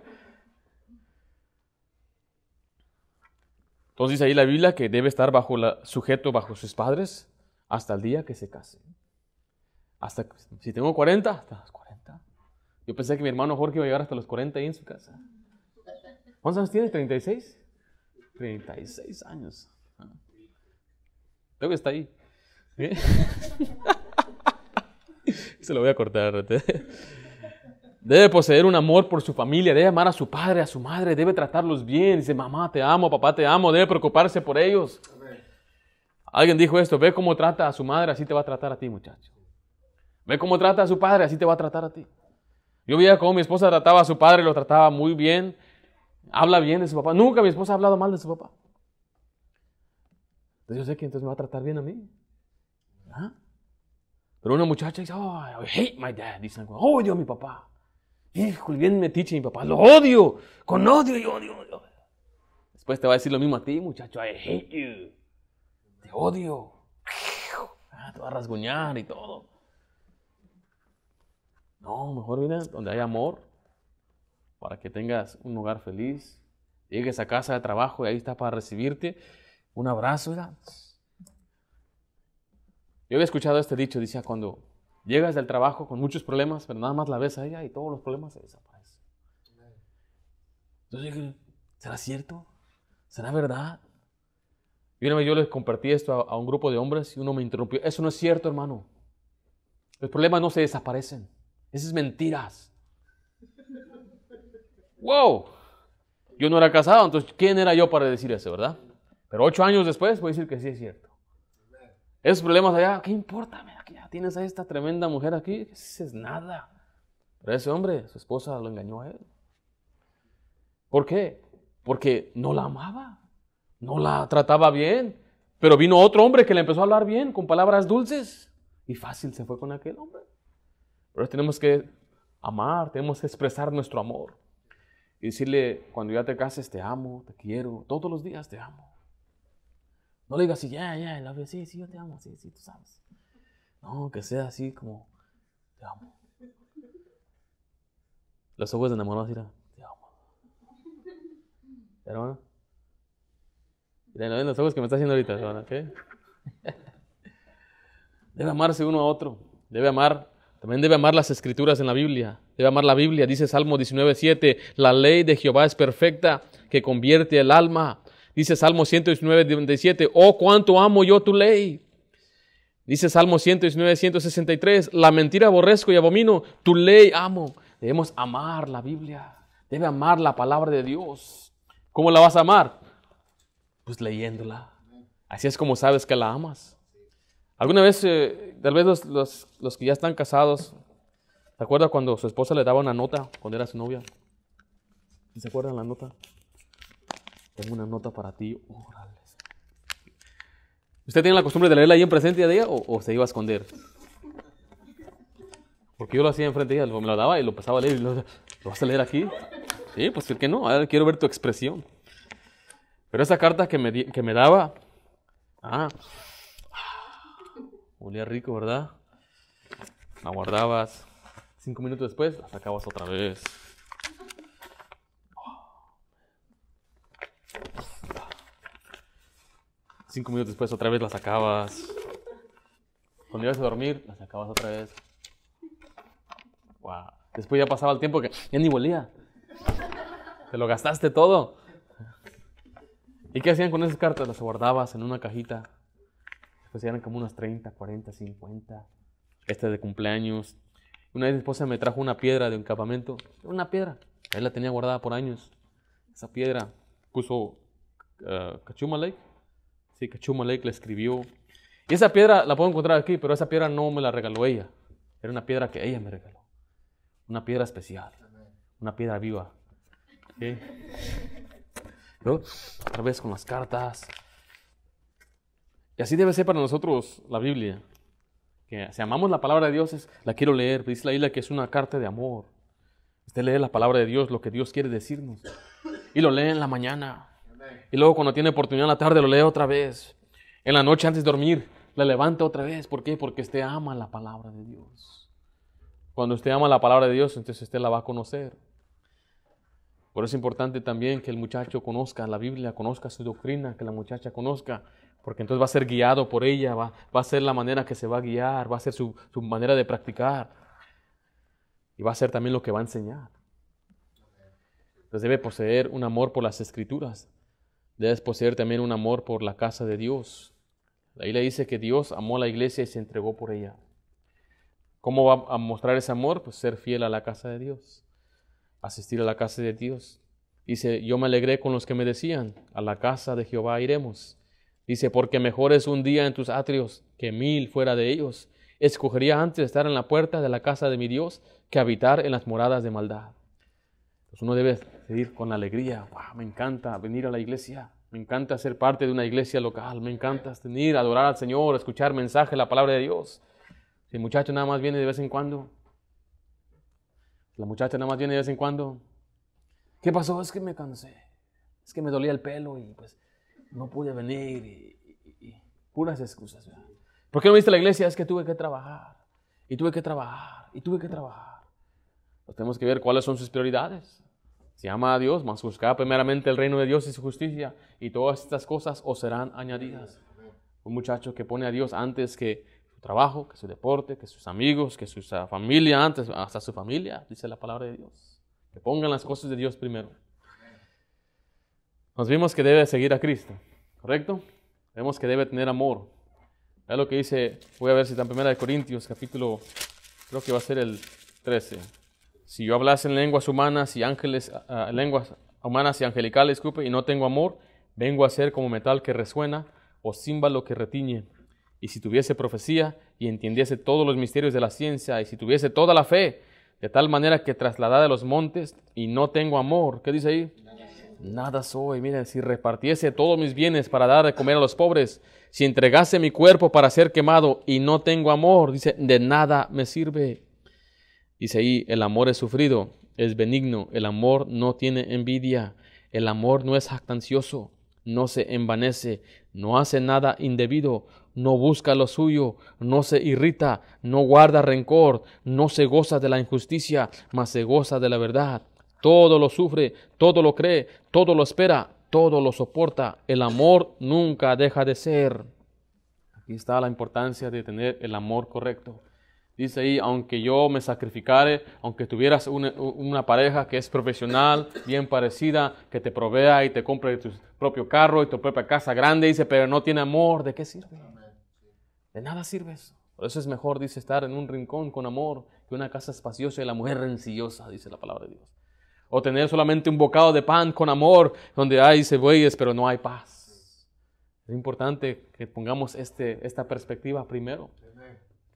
Entonces dice ahí la Biblia que debe estar bajo la, sujeto bajo sus padres hasta el día que se case. Hasta, si tengo cuarenta, hasta los cuarenta. Yo pensé que mi hermano Jorge iba a llegar hasta los cuarenta ahí en su casa. ¿Cuántos años tiene? ¿treinta y seis? treinta y seis años. Creo que está ahí. ¿Eh? Se lo voy a cortar. Debe poseer un amor por su familia, debe amar a su padre, a su madre, debe tratarlos bien. Dice, mamá te amo, papá te amo, debe preocuparse por ellos. Amén. Alguien dijo esto, ve cómo trata a su madre, así te va a tratar a ti, muchacho. Ve cómo trata a su padre, así te va a tratar a ti. Yo veía cómo mi esposa trataba a su padre, lo trataba muy bien. Habla bien de su papá. Nunca mi esposa ha hablado mal de su papá. Entonces yo sé que entonces me va a tratar bien a mí. ¿Ah? Pero una muchacha dice, oh, I hate my dad. Dice, oh, odio a mi papá. Híjole, bien metiche mi papá. Lo odio. Con odio y odio, odio. Después te va a decir lo mismo a ti, muchacho. I hate you. Te odio. Ah, te va a rasguñar y todo. No, mejor mira, donde hay amor, para que tengas un hogar feliz. Llegues a casa de trabajo y ahí está para recibirte. Un abrazo, ¿verdad? Yo había escuchado este dicho, decía, cuando llegas del trabajo con muchos problemas, pero nada más la ves a ella y todos los problemas se desaparecen. Entonces dije, ¿será cierto? ¿Será verdad? Y una vez yo les compartí esto a, a un grupo de hombres y uno me interrumpió. Eso no es cierto, hermano. Los problemas no se desaparecen. Esas es mentiras. ¡Wow! Yo no era casado, entonces ¿quién era yo para decir eso, verdad? Pero ocho años después voy a decir que sí es cierto. Esos problemas allá, ¿qué importa? Mira, que ya tienes a esta tremenda mujer aquí, eso es nada. Pero ese hombre, su esposa lo engañó a él. ¿Por qué? Porque no la amaba, no la trataba bien. Pero vino otro hombre que le empezó a hablar bien, con palabras dulces. Y fácil se fue con aquel hombre. Pero tenemos que amar, tenemos que expresar nuestro amor. Y decirle, cuando ya te cases, te amo, te quiero, todos los días te amo. No le digas así, ya, ya, la vez, sí, sí, yo te amo, sí, sí, tú sabes. No, que sea así como, te amo. Los ojos de enamorados dirán, te amo. Hermano, miren los ojos que me está haciendo ahorita, hermano, ¿qué? Debe amarse uno a otro, debe amar, también debe amar las escrituras en la Biblia, debe amar la Biblia, dice Salmo diecinueve siete, la ley de Jehová es perfecta, que convierte el alma. Dice Salmo ciento diecinueve, veintisiete, oh, cuánto amo yo tu ley. Dice Salmo ciento diecinueve, ciento sesenta y tres, la mentira aborrezco y abomino, tu ley amo. Debemos amar la Biblia, debe amar la palabra de Dios. ¿Cómo la vas a amar? Pues leyéndola. Así es como sabes que la amas. ¿Alguna vez, eh, tal vez los, los, los que ya están casados, ¿te acuerdas cuando su esposa le daba una nota cuando era su novia? ¿Se acuerdan la nota? Tengo una nota para ti. Órale. ¿Usted tiene la costumbre de leerla ahí en presente de ella o, o se iba a esconder? Porque yo lo hacía enfrente de ella, me lo daba y lo empezaba a leer. Y lo, ¿lo vas a leer aquí? Sí, pues ¿por qué no? A ver, quiero ver tu expresión. Pero esa carta que me, di, que me daba, ah, olía rico, ¿verdad? La guardabas. Cinco minutos después, la sacabas otra vez. Cinco minutos después, otra vez la sacabas. Cuando ibas a dormir, la sacabas otra vez. Wow. Después ya pasaba el tiempo que ya ni volía. Te lo gastaste todo. ¿Y qué hacían con esas cartas? Las guardabas en una cajita. Después eran como unas treinta, cuarenta, cincuenta. Este de cumpleaños. Una vez mi esposa me trajo una piedra de un campamento. Una piedra. Ahí la tenía guardada por años. Esa piedra puso uh, Cachuma Lake. Sí, Cachuma Lake la escribió. Y esa piedra la puedo encontrar aquí, pero esa piedra no me la regaló ella. Era una piedra que ella me regaló. Una piedra especial. Una piedra viva. ¿Sí? Pero, otra vez con las cartas. Y así debe ser para nosotros la Biblia. Que si amamos la palabra de Dios, es, la quiero leer. Dice la Biblia que es una carta de amor. Usted lee la palabra de Dios, lo que Dios quiere decirnos. Y lo lee en la mañana. Y luego cuando tiene oportunidad en la tarde, lo lee otra vez. En la noche antes de dormir, la levanta otra vez. ¿Por qué? Porque usted ama la palabra de Dios. Cuando usted ama la palabra de Dios, entonces usted la va a conocer. Por eso es importante también que el muchacho conozca la Biblia, conozca su doctrina, que la muchacha conozca, porque entonces va a ser guiado por ella, va, va a ser la manera que se va a guiar, va a ser su, su manera de practicar y va a ser también lo que va a enseñar. Entonces debe poseer un amor por las Escrituras, debe poseer también un amor por la casa de Dios. La Biblia dice que Dios amó a la iglesia y se entregó por ella. ¿Cómo va a mostrar ese amor? Pues ser fiel a la casa de Dios. Asistir a la casa de Dios. Dice, yo me alegré con los que me decían, a la casa de Jehová iremos. Dice, porque mejor es un día en tus atrios que mil fuera de ellos. Escogería antes estar en la puerta de la casa de mi Dios que habitar en las moradas de maldad. Pues uno debe ir con alegría. Wow, me encanta venir a la iglesia. Me encanta ser parte de una iglesia local. Me encanta venir a adorar al Señor, escuchar mensaje, la palabra de Dios. Si el muchacho nada más viene de vez en cuando, la muchacha nada más viene de vez en cuando. ¿Qué pasó? Es que me cansé. Es que me dolía el pelo y pues no pude venir. Y, y, y puras excusas. ¿Verdad? ¿Por qué no viniste a la iglesia? Es que tuve que trabajar. Y tuve que trabajar. Y tuve que trabajar. Pues tenemos que ver cuáles son sus prioridades. Si ama a Dios, más buscar primeramente el reino de Dios y su justicia. Y todas estas cosas os serán añadidas. Un muchacho que pone a Dios antes que su trabajo, que su deporte, que sus amigos, que su familia, antes hasta su familia, dice la palabra de Dios. Que pongan las cosas de Dios primero. Nos vimos que debe seguir a Cristo, ¿correcto? Vemos que debe tener amor. Es lo que dice, voy a ver si está en primera de Corintios, capítulo, creo que va a ser el trece. Si yo hablase en lenguas humanas y ángeles, uh, lenguas humanas y angelicales, disculpe, y no tengo amor, vengo a ser como metal que resuena o címbalo que retiñe. Y si tuviese profecía y entendiese todos los misterios de la ciencia, y si tuviese toda la fe, de tal manera que trasladada los montes y no tengo amor, ¿qué dice ahí? Nada soy. Mira, si repartiese todos mis bienes para dar de comer a los pobres, si entregase mi cuerpo para ser quemado y no tengo amor, dice, de nada me sirve. Dice ahí, el amor es sufrido, es benigno, el amor no tiene envidia, el amor no es jactancioso, no se envanece, no hace nada indebido, no busca lo suyo, no se irrita, no guarda rencor, no se goza de la injusticia, mas se goza de la verdad. Todo lo sufre, todo lo cree, todo lo espera, todo lo soporta. El amor nunca deja de ser. Aquí está la importancia de tener el amor correcto. Dice ahí, aunque yo me sacrificare, aunque tuvieras una, una pareja que es profesional, bien parecida, que te provea y te compre tu propio carro y tu propia casa grande, dice, pero no tiene amor, ¿de qué sirve? De nada sirve eso. Por eso es mejor, dice, estar en un rincón con amor que una casa espaciosa y la mujer rencillosa, dice la palabra de Dios. O tener solamente un bocado de pan con amor, donde hay cebollas, pero no hay paz. Es importante que pongamos este, esta perspectiva primero.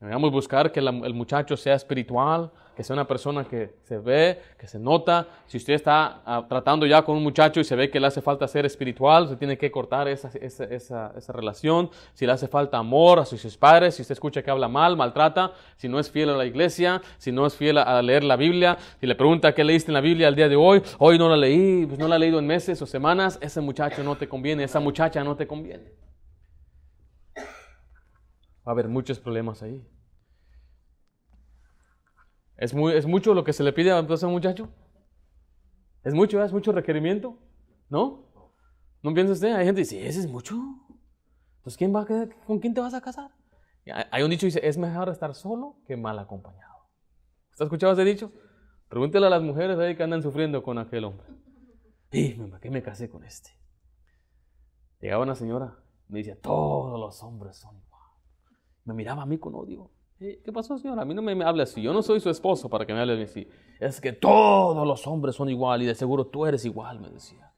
Debemos buscar que la, el muchacho sea espiritual, que sea una persona que se ve, que se nota. Si usted está uh, tratando ya con un muchacho y se ve que le hace falta ser espiritual, usted tiene que cortar esa, esa, esa, esa relación. Si le hace falta amor a sus padres, si usted escucha que habla mal, maltrata, si no es fiel a la iglesia, si no es fiel a, a leer la Biblia, si le pregunta qué leíste en la Biblia el día de hoy, hoy no la leí, pues no la he leído en meses o semanas, ese muchacho no te conviene, esa muchacha no te conviene. Va a haber muchos problemas ahí. ¿Es, muy, ¿Es mucho lo que se le pide a ese muchacho? ¿Es mucho? ¿Es mucho requerimiento? ¿No? ¿No piensa usted? Hay gente que dice, ¿ese es mucho? Entonces, ¿quién va a quedar? ¿Con quién te vas a casar? Hay un dicho que dice, es mejor estar solo que mal acompañado. ¿Usted ha escuchado ese dicho? Pregúntele a las mujeres ahí que andan sufriendo con aquel hombre. ¿Y ¿para qué me casé con este? Llegaba una señora, me decía, todos los hombres son iguales. Me miraba a mí con odio. ¿Qué pasó, señora? A mí no me, me hable así. Yo no soy su esposo para que me hable así. Es que todos los hombres son igual y de seguro tú eres igual, me decía.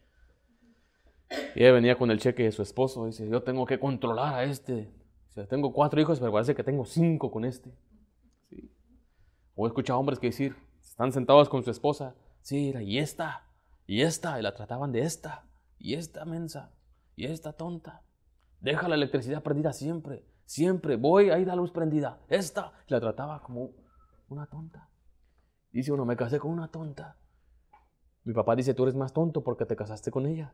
Y ella venía con el cheque de su esposo. Dice, yo tengo que controlar a este. O sea, tengo cuatro hijos, pero parece que tengo cinco con este. ¿Sí? O he escuchado hombres que decir, están sentados con su esposa. Sí, era, y esta, y esta, y la trataban de esta, y esta mensa, y esta tonta. Deja la electricidad prendida siempre. Siempre voy, ahí da luz prendida. Esta, la trataba como una tonta. Dice uno, me casé con una tonta. Mi papá dice, tú eres más tonto porque te casaste con ella.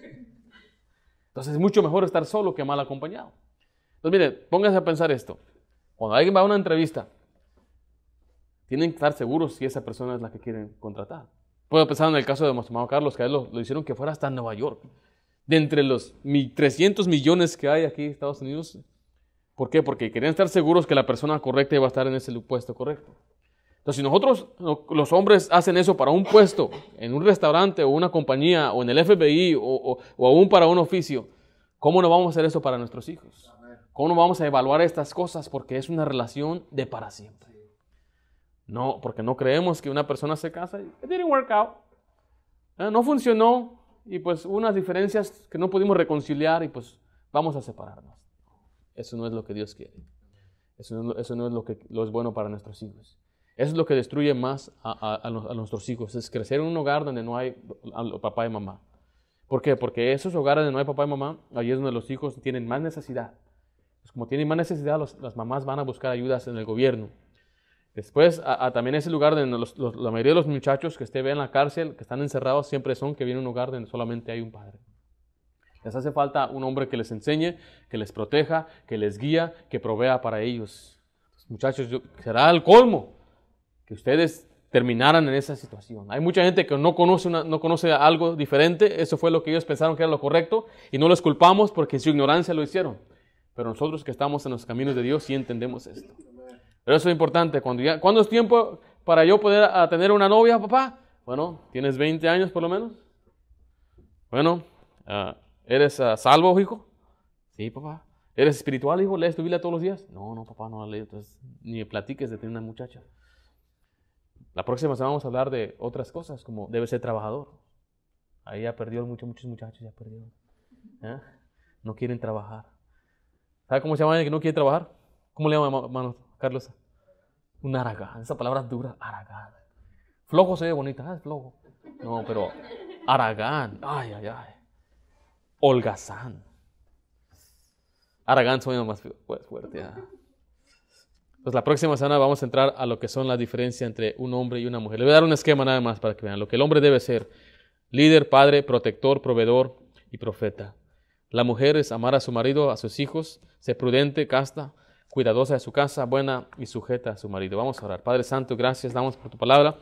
Entonces es mucho mejor estar solo que mal acompañado. Entonces mire, pónganse a pensar esto. Cuando alguien va a una entrevista, tienen que estar seguros si esa persona es la que quieren contratar. Puedo pensar en el caso de nuestro hermano Carlos, que a él lo, lo hicieron que fuera hasta Nueva York. De entre los trescientos millones que hay aquí en Estados Unidos. ¿Por qué? Porque querían estar seguros que la persona correcta iba a estar en ese puesto correcto. Entonces, si nosotros, los hombres, hacen eso para un puesto, en un restaurante o una compañía, o en el F B I, o, o, o aún para un oficio, ¿cómo no vamos a hacer eso para nuestros hijos? ¿Cómo no vamos a evaluar estas cosas? Porque es una relación de para siempre. No, porque no creemos que una persona se casa y it didn't work out. Eh, no funcionó y pues unas diferencias que no pudimos reconciliar y pues vamos a separarnos. Eso no es lo que Dios quiere. Eso no, eso no es lo que lo es bueno para nuestros hijos. Eso es lo que destruye más a, a, a, a nuestros hijos. Es crecer en un hogar donde no hay papá y mamá. ¿Por qué? Porque esos hogares donde no hay papá y mamá, ahí es donde los hijos tienen más necesidad. Pues como tienen más necesidad, los, las mamás van a buscar ayudas en el gobierno. Después, a, a, también ese lugar donde los, los, la mayoría de los muchachos que estén en la cárcel, que están encerrados, siempre son que vienen a un hogar donde solamente hay un padre. Les hace falta un hombre que les enseñe, que les proteja, que les guía, que provea para ellos. Los muchachos, yo, será el colmo que ustedes terminaran en esa situación. Hay mucha gente que no conoce, una, no conoce algo diferente. Eso fue lo que ellos pensaron que era lo correcto y no los culpamos porque en su ignorancia lo hicieron. Pero nosotros que estamos en los caminos de Dios sí entendemos esto. Pero eso es importante. Cuando ya, ¿cuándo es tiempo para yo poder a, tener una novia, papá? Bueno, ¿tienes veinte años por lo menos? Bueno, uh, ¿eres uh, salvo, hijo? Sí, papá. ¿Eres espiritual, hijo? ¿Lees tu Biblia todos los días? No, no, papá, no la leo. Entonces, ni me platiques de tener una muchacha. La próxima semana vamos a hablar de otras cosas, como debe ser trabajador. Ahí ya perdió muchos, muchos muchachos, ya perdió. ¿Eh? No quieren trabajar. ¿Sabe cómo se llama alguien que no quiere trabajar? ¿Cómo le llama, hermano Carlos? Un aragán. Esa palabra es dura, aragán. Flojo se ve bonita, ah, es flojo. No, pero aragán. Ay, ay, ay. Holgazán. Aragán suena más fuerte. ¿eh? Pues la próxima semana vamos a entrar a lo que son las diferencias entre un hombre y una mujer. Le voy a dar un esquema nada más para que vean lo que el hombre debe ser. Líder, padre, protector, proveedor y profeta. La mujer es amar a su marido, a sus hijos, ser prudente, casta, cuidadosa de su casa, buena y sujeta a su marido. Vamos a orar. Padre Santo, gracias damos por tu palabra.